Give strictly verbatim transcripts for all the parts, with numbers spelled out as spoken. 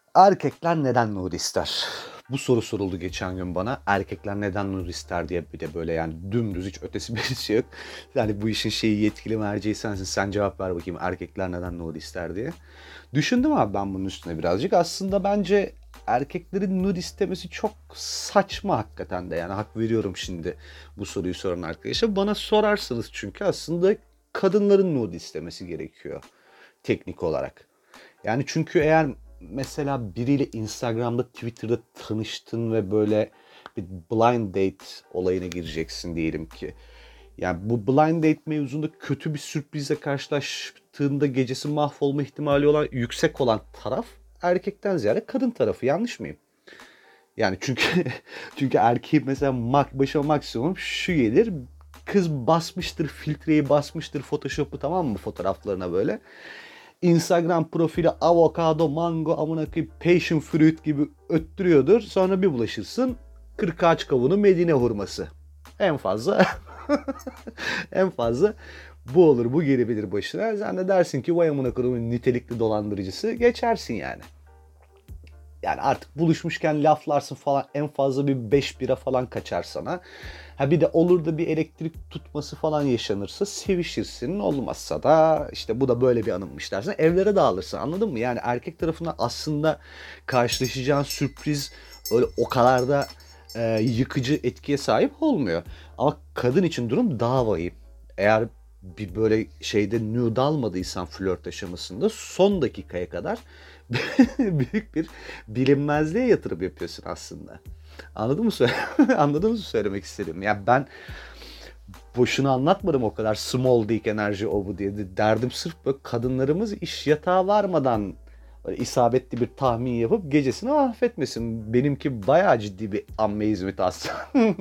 Erkekler neden nude ister? Bu soru soruldu geçen gün bana. Erkekler neden nude ister diye, bir de böyle yani dümdüz, hiç ötesi birisi yok. Yani bu işin şeyi, yetkili merci sensin. Sen cevap ver bakayım, erkekler neden nude ister diye. Düşündüm abi ben bunun üstüne birazcık. Aslında bence erkeklerin nude istemesi çok saçma hakikaten de. Yani hak veriyorum şimdi bu soruyu soran arkadaşa. Bana sorarsanız çünkü aslında kadınların nude istemesi gerekiyor teknik olarak. Yani çünkü eğer mesela biriyle Instagram'da, Twitter'da tanıştın ve böyle bir blind date olayına gireceksin diyelim ki. Yani bu blind date mevzunda kötü bir sürprizle karşılaştığında gecesi mahvolma ihtimali olan yüksek olan taraf erkekten ziyade kadın tarafı. Yanlış mıyım? Yani çünkü çünkü erkeği mesela mak başa maksimum şu gelir. Kız basmıştır, filtreyi basmıştır Photoshop'u, tamam mı, fotoğraflarına böyle. Instagram profili avokado, mango, amına koyayım passion fruit gibi öttürüyordur. Sonra bir bulaşırsın kırk ağaç kavunu, Medine hurması. En fazla en fazla bu olur, bu gelebilir başına. Sen de dersin ki vay amına koyayım nitelikli dolandırıcısı, geçersin yani. Yani artık buluşmuşken laflarsın falan, en fazla bir beş bira falan kaçar sana. Ha bir de olur da bir elektrik tutması falan yaşanırsa sevişirsin. Olmazsa da işte bu da böyle bir anımmış dersin. Evlere dağılırsın, anladın mı? Yani erkek tarafından aslında karşılaşacağın sürpriz öyle o kadar da e, yıkıcı etkiye sahip olmuyor. Ama kadın için durum daha vahim. Eğer bir böyle şeyde nude almadıysan flört aşamasında son dakikaya kadar büyük bir bilinmezliğe yatırım yapıyorsun aslında. Anladın mı? Anladın mı söylemek istedim? Ya ben boşuna anlatmadım o kadar small dick enerji o bu diye. Derdim sırf böyle kadınlarımız iş yatağa varmadan böyle isabetli bir tahmin yapıp gecesini mahvetmesin. Benimki bayağı ciddi bir amme hizmeti aslında.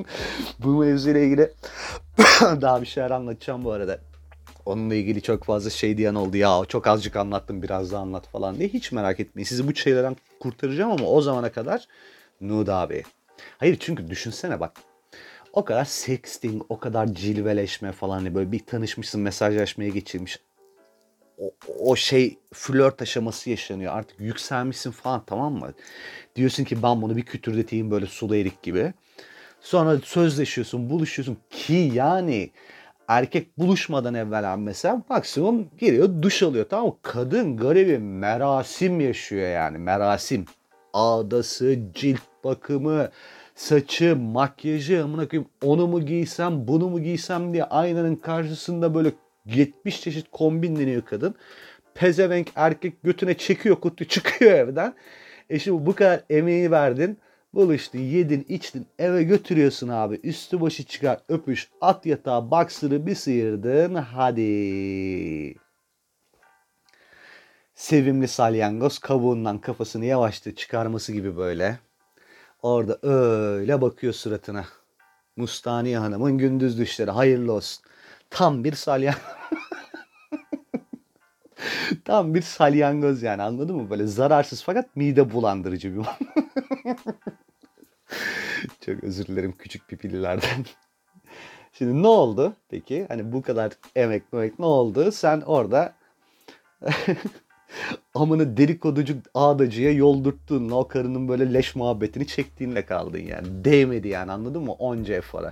Bu mevzuyla ilgili daha bir şeyler anlatacağım bu arada. Onunla ilgili çok fazla şey diyen oldu. Ya çok azıcık anlattım, biraz daha anlat falan diye. Hiç merak etmeyin. Sizi bu şeylerden kurtaracağım ama o zamana kadar nude abi. Hayır, çünkü düşünsene bak. O kadar sexting, o kadar cilveleşme falan, hani böyle bir tanışmışsın, mesajlaşmaya geçilmiş. O, o şey flört aşaması yaşanıyor. Artık yükselmişsin falan, tamam mı? Diyorsun ki ben bunu bir kütürdeteyim böyle sulu erik gibi. Sonra sözleşiyorsun, buluşuyorsun ki yani erkek buluşmadan evvel abi mesela maksimum giriyor duş alıyor, tamam mı? Kadın garibi merasim yaşıyor yani, merasim. Ağdası, cilt bakımı, saçı, makyajı, amına koyayım onu mu giysem bunu mu giysem diye aynanın karşısında böyle yetmiş çeşit kombinleniyor kadın. Pezevenk erkek götüne çekiyor kutu, çıkıyor evden. E şimdi bu kadar emeği verdin. Buluştun, yedin, içtin, eve götürüyorsun abi. Üstü başı çıkar, öpüş, at yatağa, baksırı bir sıyırdın. Hadi. Sevimli salyangoz kabuğundan kafasını yavaşça çıkarması gibi böyle. Orada öyle bakıyor suratına. Mustaniye Hanım'ın gündüz düşleri hayırlı olsun. Tam bir salyangoz. Tam bir salyangoz yani, anladın mı? Böyle zararsız fakat mide bulandırıcı bir. Çok özür dilerim küçük pipililerden. Şimdi ne oldu peki? Hani bu kadar emek emek ne oldu? Sen orada amını dedikoducu ağdacıya yoldurttuğunla o karının böyle leş muhabbetini çektiğinle kaldın yani. Değmedi yani, anladın mı? Onca efora.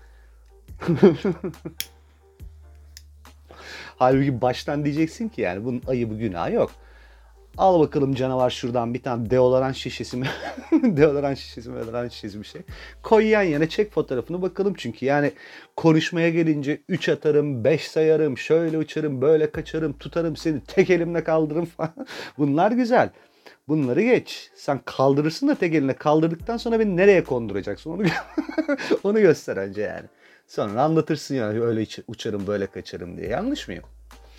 Halbuki baştan diyeceksin ki yani bunun ayıbı günahı yok. Al bakalım canavar şuradan bir tane deodoran şişesi mi? deodoran şişesi mi? Deodoran şişesi bir şey. Koy yan yana, çek fotoğrafını bakalım çünkü yani konuşmaya gelince üç atarım, beş sayarım, şöyle uçarım, böyle kaçarım, tutarım seni, tek elimle kaldırırım falan. Bunlar güzel. Bunları geç. Sen kaldırırsın da tek eline, kaldırdıktan sonra beni nereye konduracaksın onu onu göster önce yani. Sonra anlatırsın ya öyle uçarım, böyle kaçarım diye. Yanlış mıyım?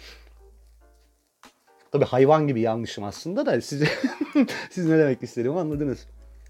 Tabii hayvan gibi yanlışım aslında da siz, siz ne demek istediğimi anladınız.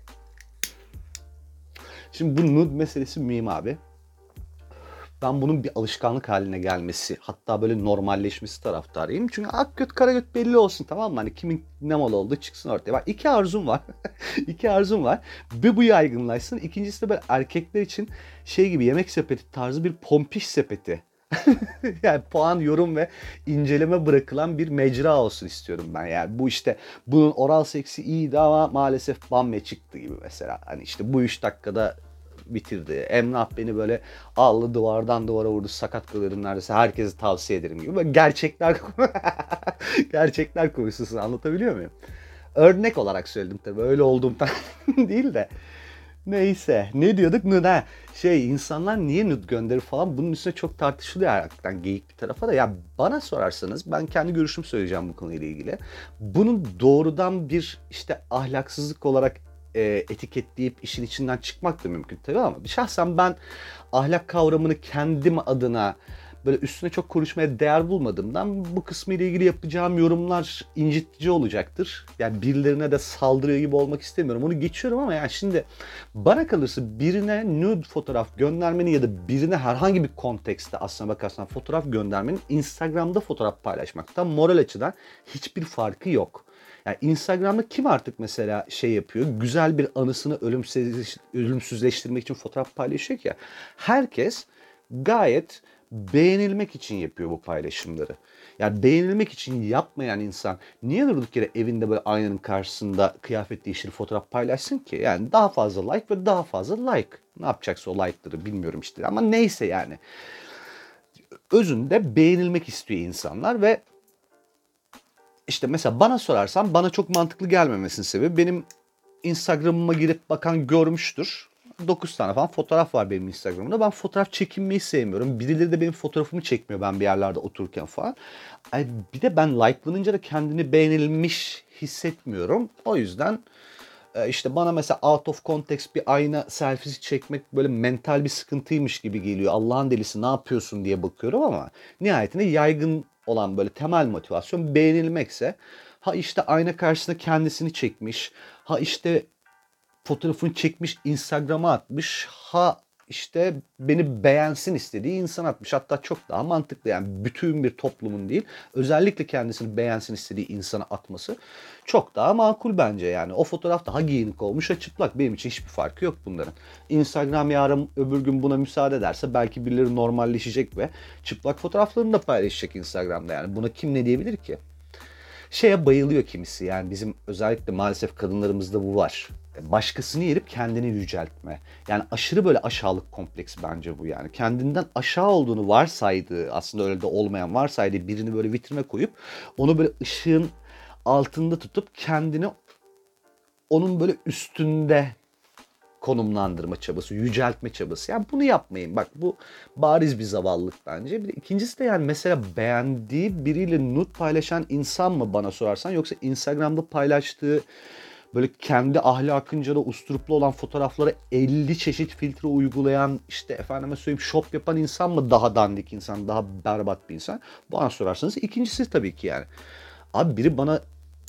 Şimdi bu nude meselesi mühim abi. Ben bunun bir alışkanlık haline gelmesi, hatta böyle normalleşmesi taraftarıyım. Çünkü ak göt kara göt belli olsun, tamam mı? Hani kimin ne mal olduğu çıksın ortaya. Bak iki arzum var. iki arzum var. Bir bu yaygınlaşsın. İkincisi de böyle erkekler için şey gibi, yemek sepeti tarzı bir pompiş sepeti Yani puan, yorum ve inceleme bırakılan bir mecra olsun istiyorum ben. Yani bu işte bunun oral seksi iyiydi ama maalesef bamme çıktı gibi mesela. Hani işte bu üç dakikada bitirdi. Emrah beni böyle aldı duvardan duvara vurdu. Sakat kalırım neredeyse. Herkese tavsiye ederim gibi. Böyle gerçekler gerçekler konuşulsun, anlatabiliyor muyum? Örnek olarak söyledim tabii. Öyle olduğumdan değil de. Neyse. Ne diyorduk? Nude. Ha, şey, insanlar niye nude gönderir falan, bunun üstüne çok tartışılıyor hakikaten, geyik bir tarafa da. Ya bana sorarsanız, ben kendi görüşümü söyleyeceğim bu konuyla ilgili. Bunun doğrudan bir işte ahlaksızlık olarak e, etiketleyip işin içinden çıkmak da mümkün tabii, ama şahsen ben ahlak kavramını kendim adına böyle üstüne çok konuşmaya değer bulmadığımdan bu kısmı ile ilgili yapacağım yorumlar incitici olacaktır. Yani birilerine de saldırıyor gibi olmak istemiyorum. Onu geçiyorum ama yani şimdi bana kalırsa birine nude fotoğraf göndermenin ya da birine herhangi bir kontekste aslına bakarsan fotoğraf göndermenin Instagram'da fotoğraf paylaşmaktan moral açıdan hiçbir farkı yok. Yani Instagram'da kim artık mesela şey yapıyor, güzel bir anısını ölümsüzleş, ölümsüzleştirmek için fotoğraf paylaşıyor ki. Herkes gayet beğenilmek için yapıyor bu paylaşımları. Yani beğenilmek için yapmayan insan niye durduk yere evinde böyle aynanın karşısında kıyafet değiştirip fotoğraf paylaşsın ki? Yani daha fazla like ve daha fazla like. Ne yapacaksa o like'ları bilmiyorum işte, ama neyse yani. Özünde beğenilmek istiyor insanlar ve işte mesela bana sorarsan bana çok mantıklı gelmemesinin sebebi, benim Instagram'ıma girip bakan görmüştür. dokuz tane falan fotoğraf var benim Instagram'da. Ben fotoğraf çekinmeyi sevmiyorum. Birileri de benim fotoğrafımı çekmiyor ben bir yerlerde otururken falan. Ay, bir de ben like'lanınca da kendini beğenilmiş hissetmiyorum. O yüzden e, işte bana mesela out of context bir ayna selfiesi çekmek böyle mental bir sıkıntıymış gibi geliyor. Allah'ın delisi ne yapıyorsun diye bakıyorum, ama nihayetinde yaygın olan böyle temel motivasyon beğenilmekse, ha işte ayna karşısında kendisini çekmiş, ha işte fotoğrafını çekmiş Instagram'a atmış, ha işte beni beğensin istediği insan atmış. Hatta çok daha mantıklı, yani bütün bir toplumun değil, özellikle kendisini beğensin istediği insana atması çok daha makul bence yani. O fotoğraf daha giyinik olmuş ya çıplak, benim için hiçbir farkı yok bunların. Instagram yarın öbür gün buna müsaade ederse belki birileri normalleşecek ve çıplak fotoğraflarını da paylaşacak Instagram'da, yani buna kim ne diyebilir ki? Şeye bayılıyor kimisi, yani bizim özellikle maalesef kadınlarımızda bu var. Başkasını yerip kendini yüceltme. Yani aşırı böyle aşağılık kompleksi bence bu yani. Kendinden aşağı olduğunu varsaydığı, aslında öyle de olmayan varsaydığı birini böyle vitrine koyup onu böyle ışığın altında tutup kendini onun böyle üstünde konumlandırma çabası, yüceltme çabası. Yani bunu yapmayın. Bak, bu bariz bir zavallılık bence. Bir de ikincisi de, yani mesela beğendiği biriyle nude paylaşan insan mı bana sorarsan, yoksa Instagram'da paylaştığı böyle kendi ahlakınca da usturuplu olan fotoğraflara elli çeşit filtre uygulayan, işte efendime söyleyeyim shop yapan insan mı daha dandik insan, daha berbat bir insan? Bana sorarsanız ikincisi tabii ki yani. Abi biri bana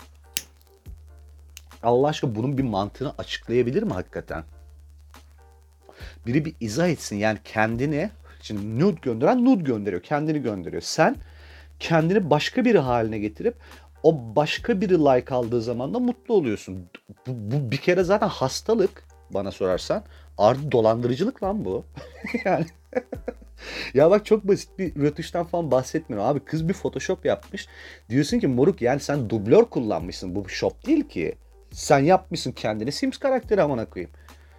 Allah aşkına bunun bir mantığını açıklayabilir mi hakikaten? Biri bir izah etsin yani kendini, şimdi nude gönderen nude gönderiyor, kendini gönderiyor. Sen kendini başka biri haline getirip o başka biri like aldığı zaman da mutlu oluyorsun. Bu, bu bir kere zaten hastalık bana sorarsan. Artı dolandırıcılık lan bu. Yani ya bak, çok basit bir rötuştan falan bahsetmiyorum. Abi kız bir Photoshop yapmış. Diyorsun ki moruk, yani sen dublör kullanmışsın. Bu shop değil ki. Sen yapmışsın kendini Sims karakteri, amına koyayım.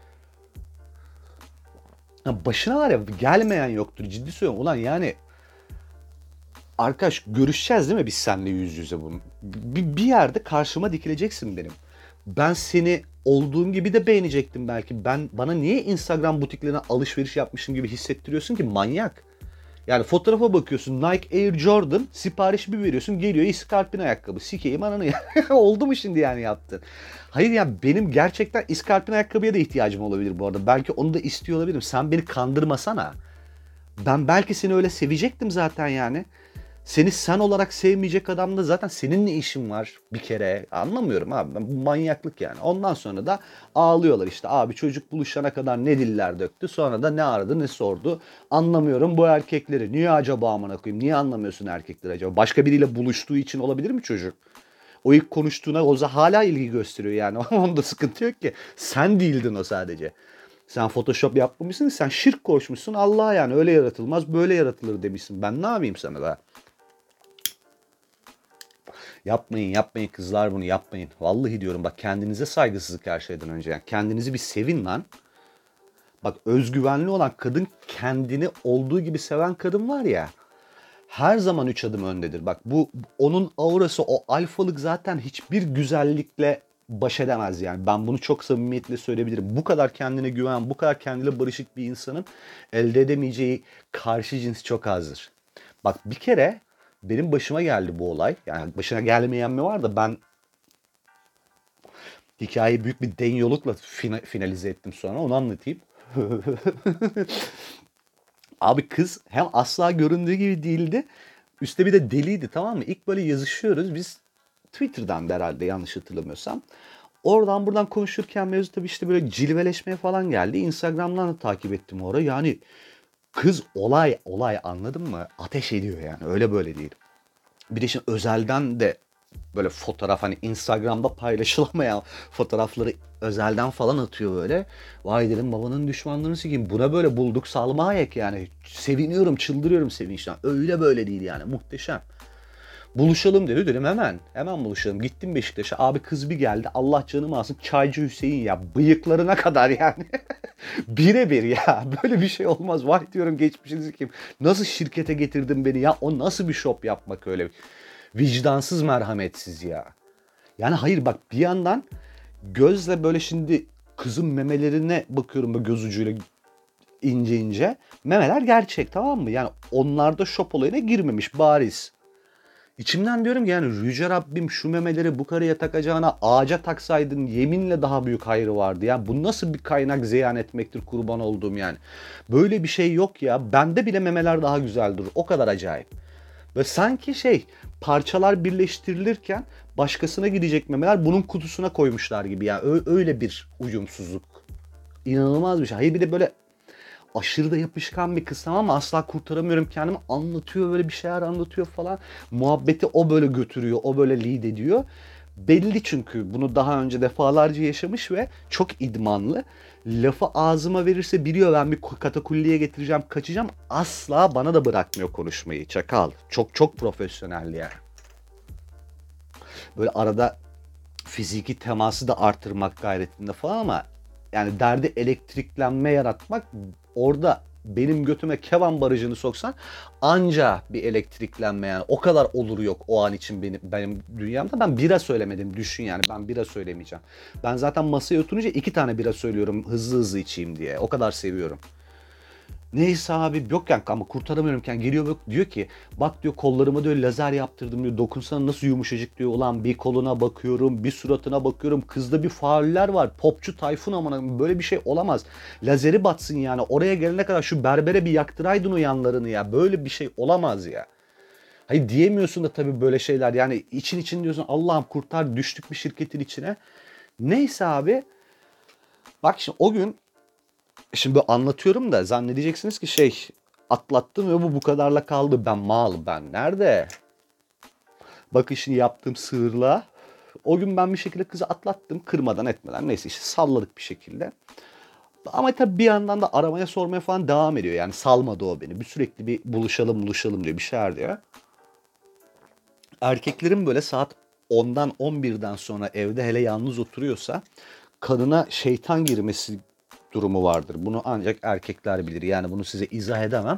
Ya başına var ya gelmeyen yoktur, ciddi söylüyorum. Ulan yani arkadaş, görüşeceğiz değil mi biz seninle yüz yüze bunu? Bir, bir yerde karşıma dikileceksin benim. Ben seni olduğum gibi de beğenecektim belki. Ben bana niye Instagram butiklerine alışveriş yapmışım gibi hissettiriyorsun ki, manyak? Yani fotoğrafa bakıyorsun, Nike Air Jordan, sipariş bir veriyorsun, geliyor iskarpin ayakkabı. Sikeyim ananı ya. Oldu mu şimdi yani yaptın? Hayır ya, benim gerçekten iskarpin ayakkabıya da ihtiyacım olabilir bu arada. Belki onu da istiyor olabilirim. Sen beni kandırmasana. Ben belki seni öyle sevecektim zaten yani. Seni sen olarak sevmeyecek adamda zaten senin ne işin var bir kere? Anlamıyorum abi. Bu manyaklık yani. Ondan sonra da ağlıyorlar işte. Abi çocuk buluşana kadar ne diller döktü. Sonra da ne aradı ne sordu. Anlamıyorum bu erkekleri. Niye acaba, amına koyayım? Niye anlamıyorsun erkekleri acaba? Başka biriyle buluştuğu için olabilir mi çocuk? O ilk konuştuğuna Oza hala ilgi gösteriyor yani. Onda sıkıntı yok ki. Sen değildin o sadece. Sen Photoshop yapmamışsın, sen şirk koşmuşsun Allah'a, yani öyle yaratılmaz böyle yaratılır demişsin. Ben ne yapayım sana da? Yapmayın yapmayın kızlar, bunu yapmayın. Vallahi diyorum bak, kendinize saygısızlık her şeyden önce. Yani kendinizi bir sevin lan. Bak, özgüvenli olan kadın, kendini olduğu gibi seven kadın var ya, her zaman üç adım öndedir. Bak, bu onun aurası, o alfalık zaten hiçbir güzellikle baş edemez yani. Ben bunu çok samimiyetle söyleyebilirim. Bu kadar kendine güven, bu kadar kendiyle barışık bir insanın elde edemeyeceği karşı cins çok azdır. Bak, bir kere benim başıma geldi bu olay. Yani başına gelmeyen mi var da, ben hikayeyi büyük bir denyolukla fina- finalize ettim, sonra onu anlatayım. Abi, kız hem asla göründüğü gibi değildi. Üste bir de deliydi, tamam mı? İlk böyle yazışıyoruz. Biz Twitter'dan da herhalde, yanlış hatırlamıyorsam. Oradan buradan konuşurken mevzu tabii işte böyle cilveleşmeye falan geldi. Instagram'dan da takip ettim orayı. Yani kız olay olay, anladın mı? Ateş ediyor yani, öyle böyle değil. Bir de şimdi özelden de böyle fotoğraf, hani Instagram'da paylaşılamayan fotoğrafları özelden falan atıyor böyle. Vay dedim, babanın düşmanlarını sikeyim. Buna böyle bulduk Salma Hayek yani. Seviniyorum, çıldırıyorum sevinçten. Öyle böyle değil yani, muhteşem. Buluşalım dedi, dedim hemen. Hemen buluşalım. Gittim Beşiktaş'a. Abi, kız bir geldi. Allah canımı alsın. Çaycı Hüseyin ya. Bıyıklarına kadar yani. Birebir ya. Böyle bir şey olmaz. Vay diyorum, geçmişinizi kim? Nasıl şirkete getirdin beni ya? O nasıl bir şop yapmak öyle? Vicdansız, merhametsiz ya. Yani hayır bak, bir yandan gözle böyle şimdi kızın memelerine bakıyorum böyle göz ucuyla, ince ince. Memeler gerçek, tamam mı? Yani onlarda şop olayına girmemiş, bariz. İçimden diyorum ki, yani Yüce Rabbim, şu memeleri bu karıya takacağına ağaca taksaydın yeminle daha büyük hayrı vardı. Ya bu nasıl bir kaynak ziyan etmektir, kurban olduğum yani. Böyle bir şey yok ya. Bende bile memeler daha güzel durur. O kadar acayip. Ve sanki şey, parçalar birleştirilirken başkasına gidecek memeler bunun kutusuna koymuşlar gibi. Yani öyle bir uyumsuzluk. İnanılmaz bir şey. Hayır, bir de böyle aşırı da yapışkan bir kız, ama asla kurtaramıyorum kendimi. Anlatıyor, böyle bir şeyler anlatıyor falan. Muhabbeti o böyle götürüyor, o böyle lead ediyor. Belli, çünkü bunu daha önce defalarca yaşamış ve çok idmanlı. Lafı ağzıma verirse biliyor, ben bir katakulliye getireceğim, kaçacağım. Asla bana da bırakmıyor konuşmayı, çakal. Çok çok profesyonel yani. Böyle arada fiziki teması da artırmak gayretinde falan, ama yani derdi elektriklenme yaratmak. Orada benim götüme kevan barajını soksan anca bir elektriklenme, yani o kadar olur yok o an için benim, benim dünyamda. Ben bira söylemedim, düşün yani, ben bira söylemeyeceğim. Ben zaten masaya oturunca iki tane bira söylüyorum hızlı hızlı içeyim diye, o kadar seviyorum. Neyse abi, yok yani, ama kurtaramıyorumken geliyor diyor ki, bak diyor, kollarıma diyor lazer yaptırdım diyor, dokunsana nasıl yumuşacık diyor. Ulan bir koluna bakıyorum, bir suratına bakıyorum, kızda bir fauller var, popçu Tayfun, amına böyle bir şey olamaz. Lazeri batsın yani, oraya gelene kadar şu berbere bir yaktıraydın o yanlarını ya, böyle bir şey olamaz ya. Hayır, diyemiyorsun da tabii böyle şeyler, yani için için diyorsun Allah'ım kurtar, düştük bir şirketin içine. Neyse abi, bak şimdi o gün, şimdi böyle anlatıyorum da zannedeceksiniz ki şey, atlattım ve bu bu kadarla kaldı. Ben mal, ben nerede? Bakın şimdi yaptığım sığırlığa. O gün ben bir şekilde kızı atlattım, kırmadan etmeden, neyse işte salladık bir şekilde. Ama tabii bir yandan da aramaya sormaya falan devam ediyor. Yani salmadı o beni. Bir sürekli bir buluşalım buluşalım diyor, bir şeyler diyor. Erkeklerin böyle saat ondan on birden sonra evde hele yalnız oturuyorsa kanına şeytan girmesi durumu vardır. Bunu ancak erkekler bilir. Yani bunu size izah edemem.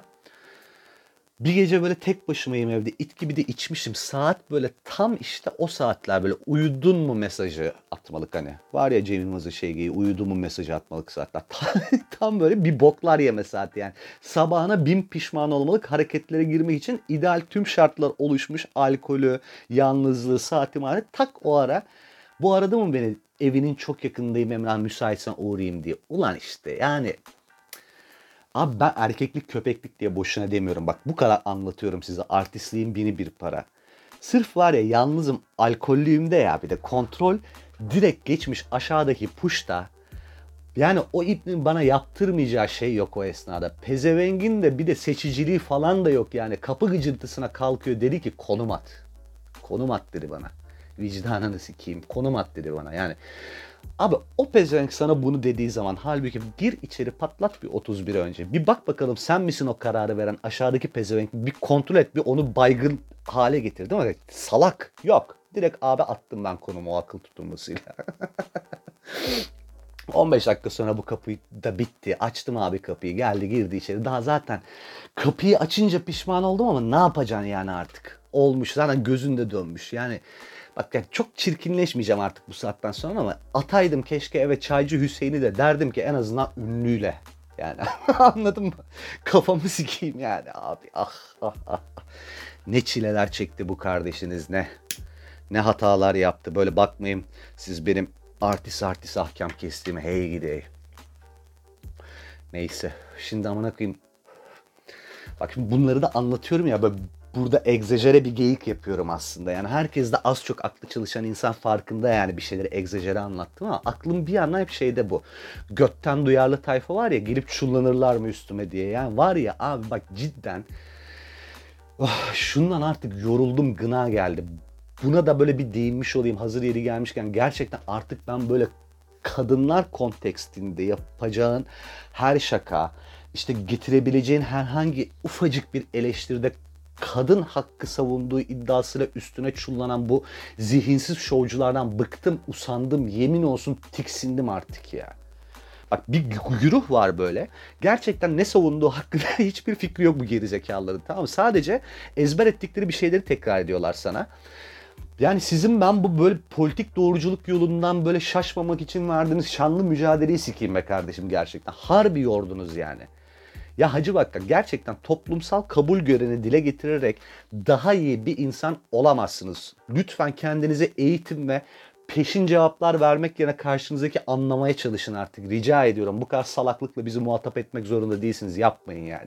Bir gece böyle tek başımayım evde. İt gibi de içmişim. Saat böyle tam işte o saatler, böyle uyudun mu mesajı atmalık hani. Var ya Cem Yılmaz'ın şeyi, uyudun mu mesajı atmalık saatler. Tam böyle bir boklar yeme saati yani. Sabahına bin pişman olmalık, hareketlere girmek için ideal tüm şartlar oluşmuş. Alkolü, yalnızlığı, saati mani tak o ara. Bu arada mı beni, evinin çok yakındayım Emrah, müsaitsen uğrayayım diye. Ulan işte yani. Abi ben erkeklik köpeklik diye boşuna demiyorum. Bak bu kadar anlatıyorum size. Artistliğin bini bir para. Sırf var ya, yalnızım, alkollüyüm de ya, bir de kontrol direkt geçmiş aşağıdaki puşta. Yani o ipnin bana yaptırmayacağı şey yok o esnada. Pezevengin de bir de seçiciliği falan da yok yani. Kapı gıcırtısına kalkıyor, dedi ki konum at. Konum at dedi bana. Vicdanını sikeyim. Konum at dedi bana. Yani abi o pezevenk sana bunu dediği zaman halbuki gir içeri patlat bir otuz bir önce. Bir bak bakalım sen misin o kararı veren aşağıdaki pezevenk. Bir kontrol et, bir onu baygın hale getir değil mi? Salak. Yok. Direkt abi attım ben konumu o akıl tutulmasıyla. on beş dakika sonra bu kapıyı da bitti. Açtım abi kapıyı. Geldi girdi içeri. Daha zaten kapıyı açınca pişman oldum ama ne yapacaksın yani artık. Olmuş zaten gözünde dönmüş. Yani bak yani çok çirkinleşmeyeceğim artık bu saatten sonra ama ataydım keşke eve Çaycı Hüseyin'i de derdim ki en azından ünlüyle. Yani anladın mı? Kafamı sikeyim yani abi. Ah ah ah. Ne çileler çekti bu kardeşiniz ne. Ne hatalar yaptı. Böyle bakmayayım siz benim artist artist ahkam kestiğime hey gidey. Neyse. Şimdi amına koyayım. Bak şimdi bunları da anlatıyorum ya böyle burada egzajere bir geyik yapıyorum aslında. Yani herkes de az çok aklı çalışan insan farkında yani bir şeyleri egzajere anlattım ama aklım bir yandan hep şeyde bu. Götten duyarlı tayfa var ya gelip çullanırlar mı üstüme diye. Yani var ya abi bak cidden oh, şundan artık yoruldum gına geldi. Buna da böyle bir değinmiş olayım hazır yeri gelmişken gerçekten artık ben böyle kadınlar kontekstinde yapacağın her şaka, işte getirebileceğin herhangi ufacık bir eleştiride kadın hakkı savunduğu iddiasıyla üstüne çullanan bu zihinsiz şovculardan bıktım, usandım, yemin olsun tiksindim artık ya. Bak bir güruh var böyle. Gerçekten ne savunduğu hakkında hiçbir fikri yok bu gerizekalıların, tamam mı? Sadece ezber ettikleri bir şeyleri tekrar ediyorlar sana. Yani sizin ben bu böyle politik doğruculuk yolundan böyle şaşmamak için verdiğiniz şanlı mücadeleyi sikeyim be kardeşim gerçekten. Harbi yordunuz yani. Ya Hacı Bakka gerçekten toplumsal kabul göreni dile getirerek daha iyi bir insan olamazsınız. Lütfen kendinize eğitim ve peşin cevaplar vermek yerine karşınızdaki anlamaya çalışın artık. Rica ediyorum bu kadar salaklıkla bizi muhatap etmek zorunda değilsiniz. Yapmayın yani.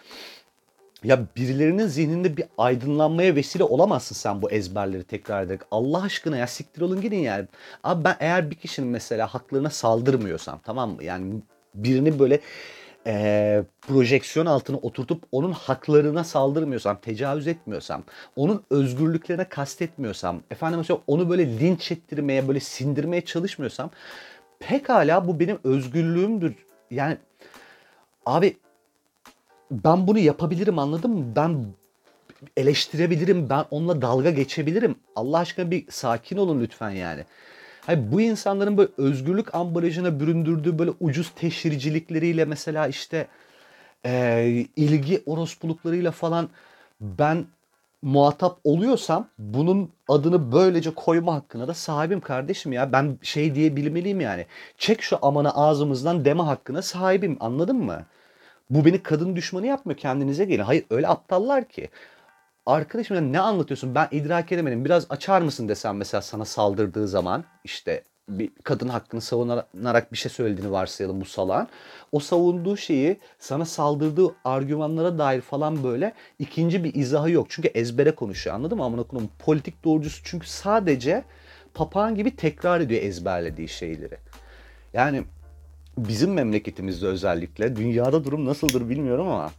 Ya birilerinin zihninde bir aydınlanmaya vesile olamazsın sen bu ezberleri tekrar ederek. Allah aşkına ya siktir olun gidin yani. Abi ben eğer bir kişinin mesela haklarına saldırmıyorsam tamam mı? Yani birini böyle e, projeksiyon altına oturtup onun haklarına saldırmıyorsam, tecavüz etmiyorsam, onun özgürlüklerine kastetmiyorsam, efendim mesela onu böyle linç ettirmeye, böyle sindirmeye çalışmıyorsam pekala bu benim özgürlüğümdür. Yani abi ben bunu yapabilirim anladın mı? Ben eleştirebilirim, ben onunla dalga geçebilirim. Allah aşkına bir sakin olun lütfen yani. Hayır, bu insanların böyle özgürlük ambalajına büründürdüğü böyle ucuz teşhircilikleriyle mesela işte e, ilgi orospuluklarıyla falan ben muhatap oluyorsam bunun adını böylece koyma hakkına da sahibim kardeşim ya. Ben şey diyebilmeliyim yani. Çek şu amanı ağzımızdan deme hakkına sahibim anladın mı? Bu beni kadın düşmanı yapmıyor kendinize gelin. Hayır öyle aptallar ki. Arkadaşım ya ne anlatıyorsun ben idrak edemedim. Biraz açar mısın desem mesela sana saldırdığı zaman işte bir kadın hakkını savunarak bir şey söylediğini varsayalım bu salağın. O savunduğu şeyi sana saldırdığı argümanlara dair falan böyle ikinci bir izahı yok. Çünkü ezbere konuşuyor anladın mı? Amına koyayım politik doğrucusu çünkü sadece papağan gibi tekrar ediyor ezberlediği şeyleri. Yani bizim memleketimizde özellikle dünyada durum nasıldır bilmiyorum ama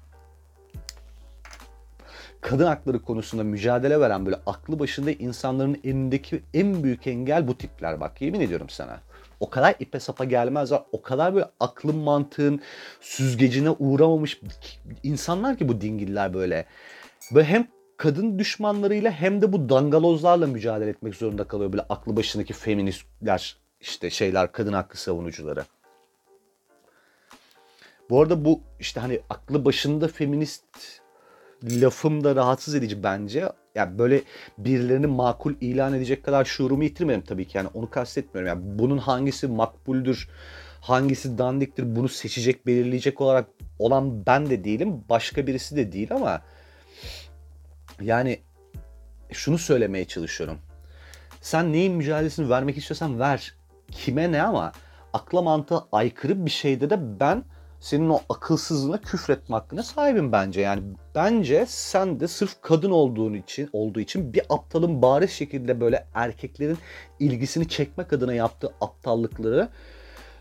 kadın hakları konusunda mücadele veren böyle aklı başında insanların elindeki en büyük engel bu tipler bak yemin ediyorum sana. O kadar ipe sapa gelmezler, o kadar böyle aklın mantığın süzgecine uğramamış insanlar ki bu dingiller böyle. Böyle hem kadın düşmanlarıyla hem de bu dangalozlarla mücadele etmek zorunda kalıyor böyle aklı başındaki feministler işte şeyler kadın hakkı savunucuları. Bu arada bu işte hani aklı başında feminist lafım da rahatsız edici bence. Yani böyle birilerini makul ilan edecek kadar şuurumu yitirmedim tabii ki. Yani onu kastetmiyorum. Yani bunun hangisi makbuldür, hangisi dandiktir bunu seçecek, belirleyecek olarak olan ben de değilim. Başka birisi de değil ama yani şunu söylemeye çalışıyorum. Sen neyin mücadelesini vermek istiyorsan ver. Kime ne ama akla mantığa aykırı bir şeyde de ben senin o akılsızlığına küfretme hakkına sahibim bence. Yani bence sen de sırf kadın olduğun için olduğu için bir aptalın bariz şekilde böyle erkeklerin ilgisini çekmek adına yaptığı aptallıkları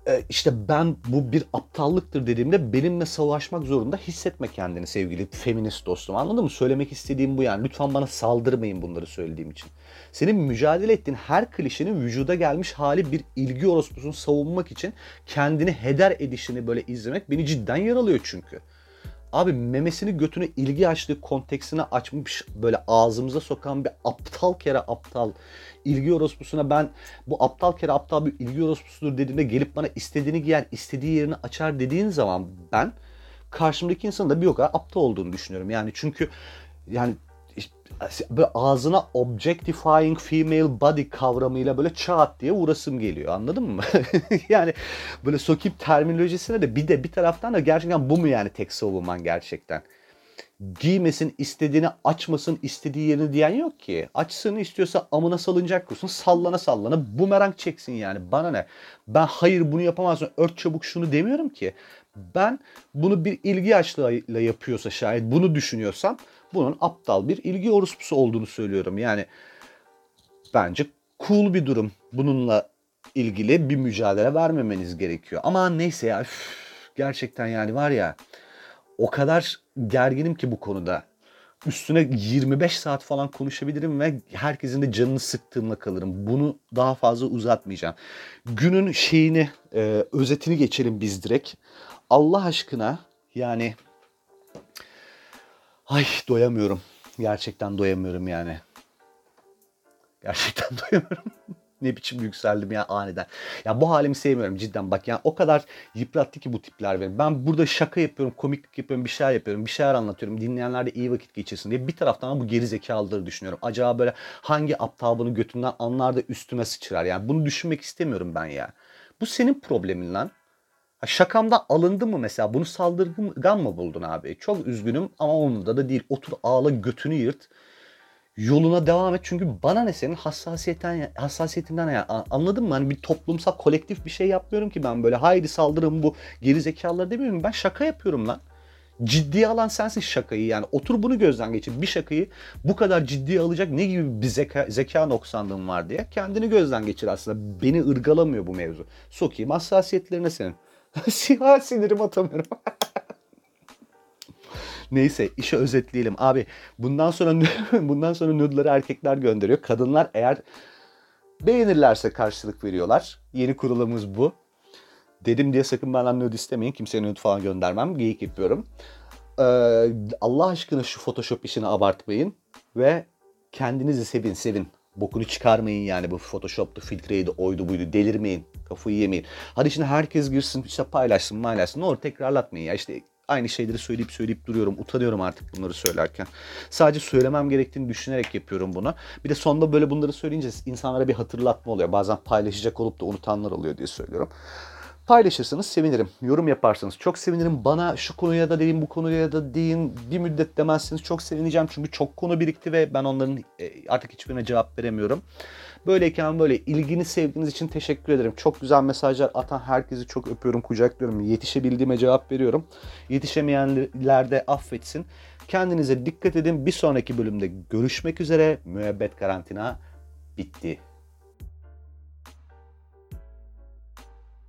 e, işte ben bu bir aptallıktır dediğimde benimle savaşmak zorunda hissetme kendini sevgili feminist dostum. Anladın mı? Söylemek istediğim bu yani. Lütfen bana saldırmayın bunları söylediğim için. Senin mücadele ettiğin her klişenin vücuda gelmiş hali bir ilgi orospusunu savunmak için kendini heder edişini böyle izlemek beni cidden yaralıyor çünkü. Abi memesini götünü ilgi açtığı konteksine açmış böyle ağzımıza sokan bir aptal kere aptal ilgi orospusuna ben bu aptal kere aptal bir ilgi orospusudur dediğimde gelip bana istediğini giyer, istediği yerini açar dediğin zaman ben karşımdaki insanın da bir o kadar aptal olduğunu düşünüyorum. Yani çünkü yani işte böyle ağzına objectifying female body kavramıyla böyle çat diye vurasım geliyor. Anladın mı? Yani böyle sokip terminolojisine de bir de bir taraftan da gerçekten bu mu yani tek savunman gerçekten? Giymesin, istediğini açmasın, istediği yerini diyen yok ki. Açsın, istiyorsa amına salıncak kursun, sallana sallana bumerang çeksin yani. Bana ne? Ben hayır bunu yapamazsın, ört çabuk şunu demiyorum ki. Ben bunu bir ilgi açlığıyla yapıyorsa şayet bunu düşünüyorsam bunun aptal bir ilgi orospusu olduğunu söylüyorum. Yani bence cool bir durum. Bununla ilgili bir mücadele vermemeniz gerekiyor. Ama neyse ya üf, gerçekten yani var ya o kadar gerginim ki bu konuda. Üstüne yirmi beş saat falan konuşabilirim ve herkesin de canını sıktığımla kalırım. Bunu daha fazla uzatmayacağım. Günün şeyini, e, özetini geçelim biz direkt. Allah aşkına yani ay doyamıyorum. Gerçekten doyamıyorum yani. Gerçekten doyamıyorum. Ne biçim yükseldim ya aniden. Ya bu halimi sevmiyorum cidden bak yani o kadar yıprattı ki bu tipler beni. Ben burada şaka yapıyorum, komiklik yapıyorum, bir şeyler yapıyorum, bir şeyler anlatıyorum. Dinleyenler de iyi vakit geçirsin diye bir taraftan bu geri zekalıları düşünüyorum. Acaba böyle hangi aptal bunu götünden anlar da üstüme sıçrar yani bunu düşünmek istemiyorum ben ya. Bu senin problemin lan. Ha, şakamda alındı mı mesela? Bunu saldırgan mı buldun abi? Çok üzgünüm ama onda da değil. Otur ağla götünü yırt. Yoluna devam et çünkü bana ne senin hassasiyetten hassasiyetinden ya anladın mı? Hani bir toplumsal kolektif bir şey yapmıyorum ki ben böyle haydi saldırın bu geri zekalıları demiyorum. Ben şaka yapıyorum lan. Ciddiye alan sensin şakayı yani. Otur bunu gözden geçir. Bir şakayı bu kadar ciddiye alacak ne gibi bir zeka, zeka noksanlığın var diye. Kendini gözden geçir aslında. Beni ırgalamıyor bu mevzu. Sokayım hassasiyetlerine senin. Siyah sinirim atamıyorum. Neyse işi özetleyelim. Abi bundan sonra bundan sonra nude'ları erkekler gönderiyor. Kadınlar eğer beğenirlerse karşılık veriyorlar. Yeni kuralımız bu. Dedim diye sakın benden nude istemeyin. Kimseye nude falan göndermem. Geyik yapıyorum. Ee, Allah aşkına şu Photoshop işini abartmayın. Ve kendinizi sevin sevin. Bokunu çıkarmayın yani bu Photoshop'tu, filtreydi, oydu buydu. Delirmeyin. Kafayı yemeyin. Hadi şimdi herkes girsin işte paylaşsın paylaşsın. Ne olur tekrarlatmayın ya. İşte aynı şeyleri söyleyip söyleyip duruyorum. Utanıyorum artık bunları söylerken. Sadece söylemem gerektiğini düşünerek yapıyorum bunu. Bir de sonunda böyle bunları söyleyince insanlara bir hatırlatma oluyor. Bazen paylaşacak olup da unutanlar oluyor diye söylüyorum. Paylaşırsanız sevinirim. Yorum yaparsanız çok sevinirim. Bana şu konuya da deyin, bu konuya da deyin. Bir müddet demezseniz çok sevineceğim. Çünkü çok konu birikti ve ben onların artık hiçbirine cevap veremiyorum. Böyleyken böyle ilgini sevdiğiniz için teşekkür ederim. Çok güzel mesajlar atan herkesi çok öpüyorum, kucaklıyorum. Yetişebildiğime cevap veriyorum. Yetişemeyenler de affetsin. Kendinize dikkat edin. Bir sonraki bölümde görüşmek üzere. Müebbet karantina bitti.